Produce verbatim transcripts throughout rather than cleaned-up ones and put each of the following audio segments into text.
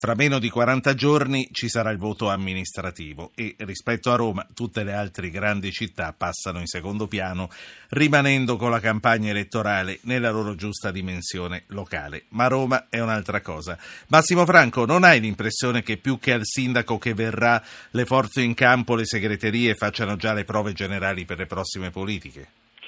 Fra meno di quaranta giorni ci sarà il voto amministrativo e rispetto a Roma tutte le altre grandi città passano in secondo piano, rimanendo con la campagna elettorale nella loro giusta dimensione locale. Ma Roma è un'altra cosa. Massimo Franco, non hai l'impressione che più che al sindaco che verrà le forze in campo, le segreterie facciano già le prove generali per le prossime politiche?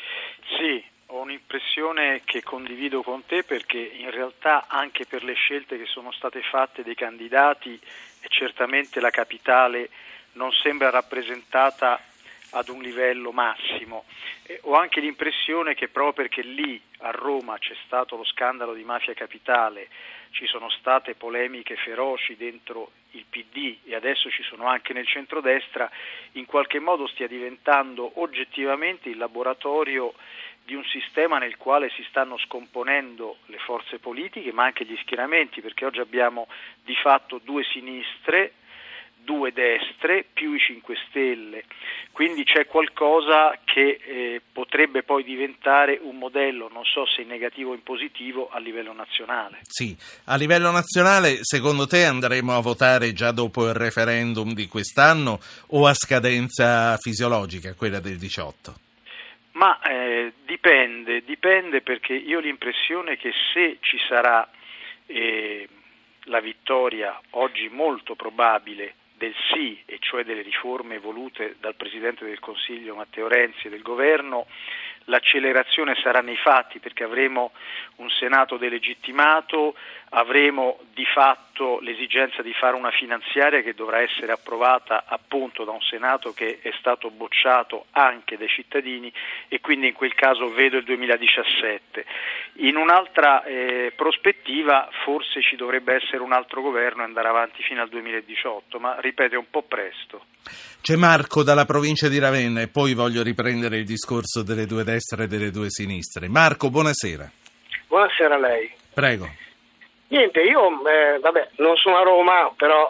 Sì, ho un'impressione che condivido con te, perché in realtà anche per le scelte che sono state fatte dei candidati e certamente la capitale non sembra rappresentata ad un livello massimo. Eh, ho anche l'impressione che proprio perché lì a Roma c'è stato lo scandalo di Mafia Capitale, ci sono state polemiche feroci dentro il P D e adesso ci sono anche nel centrodestra, in qualche modo stia diventando oggettivamente il laboratorio di un sistema nel quale si stanno scomponendo le forze politiche ma anche gli schieramenti, perché oggi abbiamo di fatto due sinistre, due destre più i cinque Stelle, quindi c'è qualcosa che eh, potrebbe poi diventare un modello, non so se in negativo o in positivo, a livello nazionale. Sì, a livello nazionale secondo te andremo a votare già dopo il referendum di quest'anno o a scadenza fisiologica, quella del diciotto? Ma eh, dipende, dipende perché io ho l'impressione che se ci sarà eh, la vittoria oggi molto probabile del sì, e cioè delle riforme volute dal Presidente del Consiglio Matteo Renzi e del Governo, l'accelerazione sarà nei fatti, perché avremo un Senato delegittimato, avremo di fatto l'esigenza di fare una finanziaria che dovrà essere approvata appunto da un Senato che è stato bocciato anche dai cittadini, e quindi in quel caso vedo il duemiladiciassette. In un'altra eh, prospettiva forse ci dovrebbe essere un altro governo e andare avanti fino al duemiladiciotto, ma ripeto, è un po' presto. C'è Marco dalla provincia di Ravenna e poi voglio riprendere il discorso delle due destre e delle due sinistre. Marco, buonasera. Buonasera a lei. Prego. Niente, io eh, vabbè, non sono a Roma, però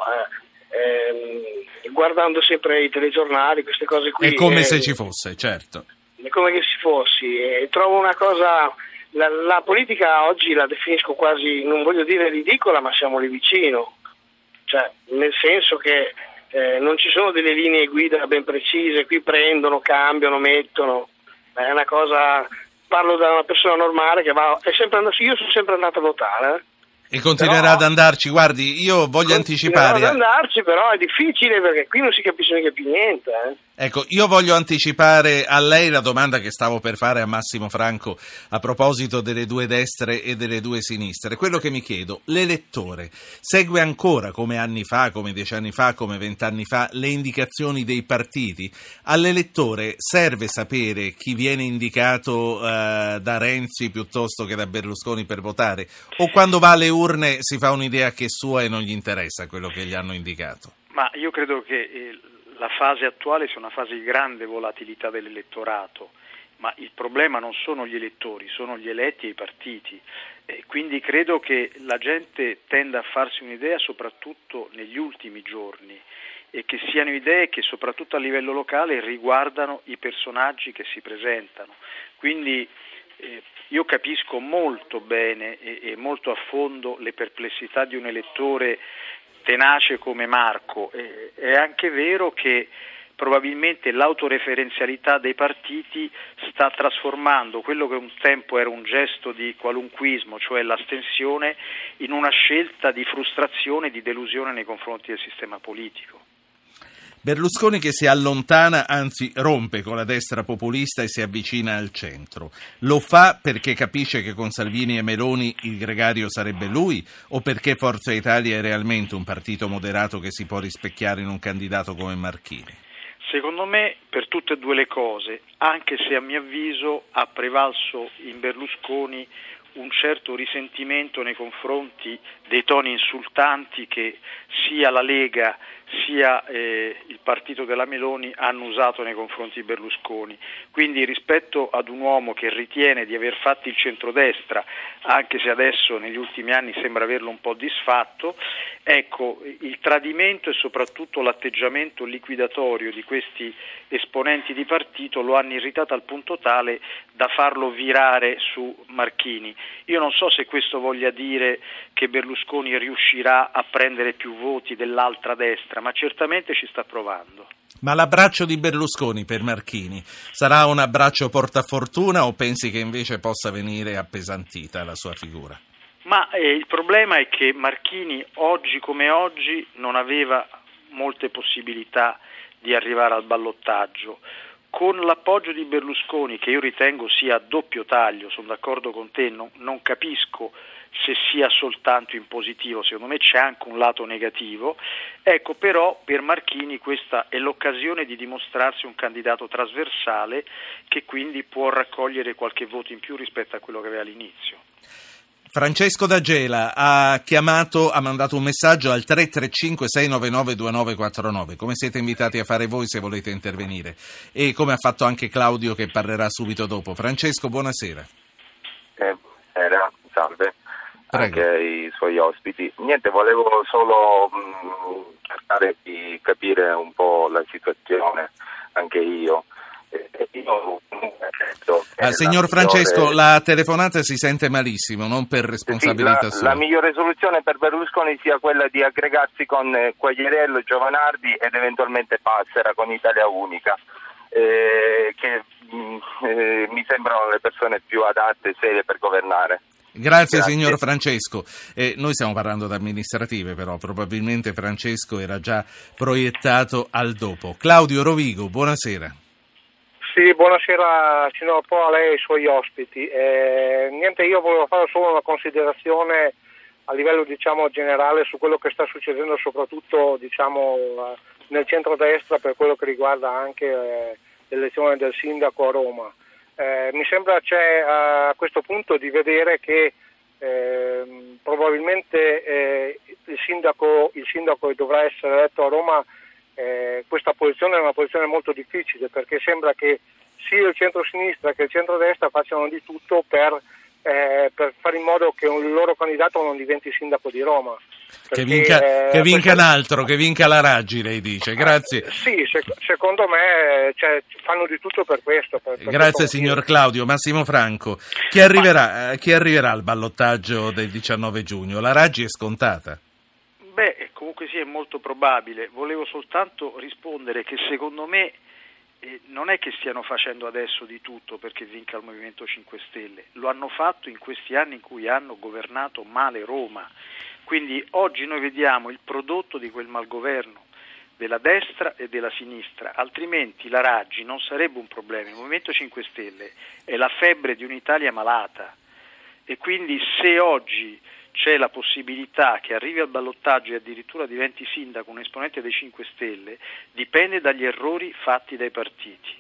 eh, eh, guardando sempre i telegiornali, queste cose qui... È come eh, se ci fosse, certo. È come che si fossi. Eh, trovo una cosa... La, la politica oggi la definisco quasi, non voglio dire ridicola, ma siamo lì vicino. Cioè, nel senso che eh, non ci sono delle linee guida ben precise, qui prendono, cambiano, mettono. È una cosa... Parlo da una persona normale che va... È sempre andato, io sono sempre andato a votare, eh. E continuerà però, ad andarci, guardi, io voglio anticipare... ad andarci, però è difficile perché qui non si capisce neanche più niente. Eh. Ecco, io voglio anticipare a lei la domanda che stavo per fare a Massimo Franco a proposito delle due destre e delle due sinistre. Quello che mi chiedo, l'elettore segue ancora come anni fa, come dieci anni fa, come vent'anni fa, le indicazioni dei partiti? All'elettore serve sapere chi viene indicato uh, da Renzi piuttosto che da Berlusconi per votare? O quando va alle urne si fa un'idea che è sua e non gli interessa quello che gli hanno indicato? Ma io credo che eh, la fase attuale sia una fase di grande volatilità dell'elettorato, ma il problema non sono gli elettori, sono gli eletti e i partiti. E quindi credo che la gente tenda a farsi un'idea soprattutto negli ultimi giorni, e che siano idee che soprattutto a livello locale riguardano i personaggi che si presentano. Quindi eh, io capisco molto bene e, e molto a fondo le perplessità di un elettore tenace come Marco. Eh, è anche vero che probabilmente l'autoreferenzialità dei partiti sta trasformando quello che un tempo era un gesto di qualunquismo, cioè l'astensione, in una scelta di frustrazione e di delusione nei confronti del sistema politico. Berlusconi che si allontana, anzi rompe con la destra populista e si avvicina al centro. Lo fa perché capisce che con Salvini e Meloni il gregario sarebbe lui, o perché Forza Italia è realmente un partito moderato che si può rispecchiare in un candidato come Marchini? Secondo me per tutte e due le cose, anche se a mio avviso ha prevalso in Berlusconi un certo risentimento nei confronti dei toni insultanti che sia la Lega sia eh, il partito della Meloni hanno usato nei confronti di Berlusconi. Quindi rispetto ad un uomo che ritiene di aver fatto il centrodestra, anche se adesso negli ultimi anni sembra averlo un po' disfatto, ecco, il tradimento e soprattutto l'atteggiamento liquidatorio di questi esponenti di partito lo hanno irritato al punto tale da farlo virare su Marchini. Io non so se questo voglia dire che Berlusconi Berlusconi riuscirà a prendere più voti dell'altra destra, ma certamente ci sta provando. Ma l'abbraccio di Berlusconi per Marchini sarà un abbraccio portafortuna o pensi che invece possa venire appesantita la sua figura? Ma eh, il problema è che Marchini oggi come oggi non aveva molte possibilità di arrivare al ballottaggio. Con l'appoggio di Berlusconi, che io ritengo sia a doppio taglio, sono d'accordo con te, non, non capisco se sia soltanto in positivo, secondo me c'è anche un lato negativo. Ecco, però per Marchini questa è l'occasione di dimostrarsi un candidato trasversale che quindi può raccogliere qualche voto in più rispetto a quello che aveva all'inizio. Francesco da Gela ha chiamato, ha mandato un messaggio al tre tre cinque sei nove nove due nove quattro nove, come siete invitati a fare voi se volete intervenire, e come ha fatto anche Claudio che parlerà subito dopo. Francesco, buonasera. Eh, buonasera, salve. Prego. Anche ai suoi ospiti. Niente, volevo solo mh, cercare di capire un po' la situazione, anche io. Eh, io credo ah, signor la Francesco, migliore... la telefonata si sente malissimo, non per responsabilità sì, sua. la, la migliore soluzione per Berlusconi sia quella di aggregarsi con eh, Quagliariello, Giovanardi ed eventualmente Passera con Italia Unica, eh, che mh, eh, mi sembrano le persone più adatte e serie per governare. Grazie, Grazie signor Francesco. Eh, noi stiamo parlando di amministrative, però probabilmente Francesco era già proiettato al dopo. Claudio Rovigo, buonasera. Sì, buonasera signor Po, a lei e ai suoi ospiti. Eh, niente, io volevo fare solo una considerazione a livello diciamo generale su quello che sta succedendo soprattutto diciamo nel centrodestra per quello che riguarda anche eh, l'elezione del sindaco a Roma. Eh, mi sembra c'è a questo punto di vedere che eh, probabilmente eh, il sindaco il sindaco che dovrà essere eletto a Roma, eh, questa posizione è una posizione molto difficile, perché sembra che sia il centro-sinistra che il centro-destra facciano di tutto per, eh, per fare in modo che un loro candidato non diventi sindaco di Roma. Che Perché, vinca, eh, che vinca questa... un altro, che vinca la Raggi, lei dice. Grazie. Eh, sì, sec- secondo me cioè, fanno di tutto per questo. Per, per Grazie questo signor motivo. Claudio. Massimo Franco, chi arriverà, chi arriverà al ballottaggio del diciannove giugno? La Raggi è scontata? Beh, comunque sì, è molto probabile. Volevo soltanto rispondere che secondo me eh, non è che stiano facendo adesso di tutto perché vinca il Movimento cinque Stelle, lo hanno fatto in questi anni in cui hanno governato male Roma. Quindi oggi noi vediamo il prodotto di quel malgoverno della destra e della sinistra, altrimenti la Raggi non sarebbe un problema. Il Movimento cinque Stelle è la febbre di un'Italia malata e quindi se oggi c'è la possibilità che arrivi al ballottaggio e addirittura diventi sindaco un esponente dei cinque Stelle, dipende dagli errori fatti dai partiti.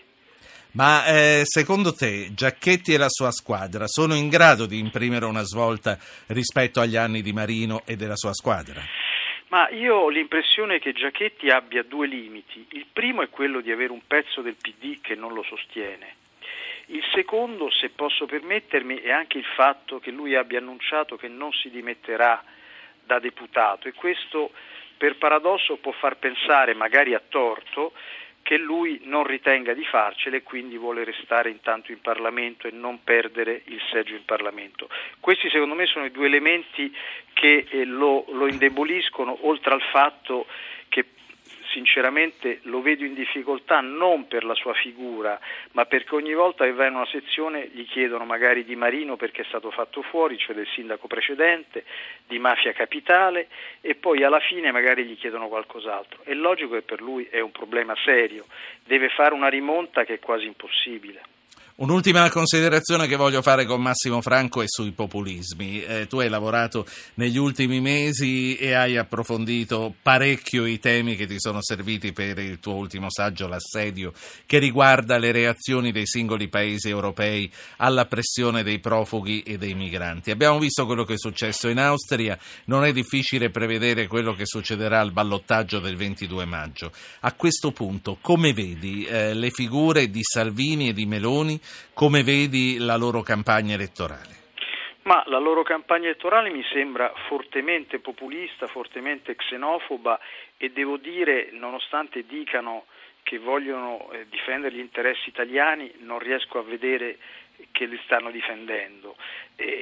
Ma eh, secondo te Giacchetti e la sua squadra sono in grado di imprimere una svolta rispetto agli anni di Marino e della sua squadra? Ma io ho l'impressione che Giacchetti abbia due limiti. Il primo è quello di avere un pezzo del P D che non lo sostiene. Il secondo, se posso permettermi, è anche il fatto che lui abbia annunciato che non si dimetterà da deputato, e questo per paradosso può far pensare, magari a torto, che lui non ritenga di farcela e quindi vuole restare intanto in Parlamento e non perdere il seggio in Parlamento. Questi secondo me sono i due elementi che eh, lo, lo indeboliscono, oltre al fatto che sinceramente lo vedo in difficoltà non per la sua figura, ma perché ogni volta che va in una sezione gli chiedono magari di Marino perché è stato fatto fuori, cioè del sindaco precedente, di Mafia Capitale, e poi alla fine magari gli chiedono qualcos'altro. È logico che per lui è un problema serio, deve fare una rimonta che è quasi impossibile. Un'ultima considerazione che voglio fare con Massimo Franco è sui populismi. Eh, tu hai lavorato negli ultimi mesi e hai approfondito parecchio i temi che ti sono serviti per il tuo ultimo saggio, L'assedio, che riguarda le reazioni dei singoli paesi europei alla pressione dei profughi e dei migranti. Abbiamo visto quello che è successo in Austria, non è difficile prevedere quello che succederà al ballottaggio del ventidue maggio. A questo punto, come vedi eh, le figure di Salvini e di Meloni? Come vedi la loro campagna elettorale? Ma la loro campagna elettorale mi sembra fortemente populista, fortemente xenofoba, e devo dire, nonostante dicano che vogliono eh, difendere gli interessi italiani, non riesco a vedere che li stanno difendendo. E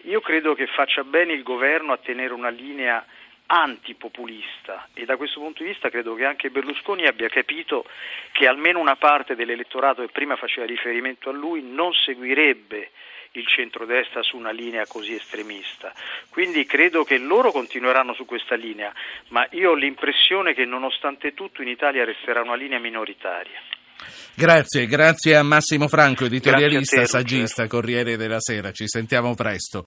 Io credo che faccia bene il governo a tenere una linea antipopulista e da questo punto di vista credo che anche Berlusconi abbia capito che almeno una parte dell'elettorato che prima faceva riferimento a lui non seguirebbe il centrodestra su una linea così estremista. Quindi credo che loro continueranno su questa linea, ma io ho l'impressione che nonostante tutto in Italia resterà una linea minoritaria. Grazie, grazie a Massimo Franco, editorialista, Grazie a te, saggista, Corriere della Sera. Ci sentiamo presto.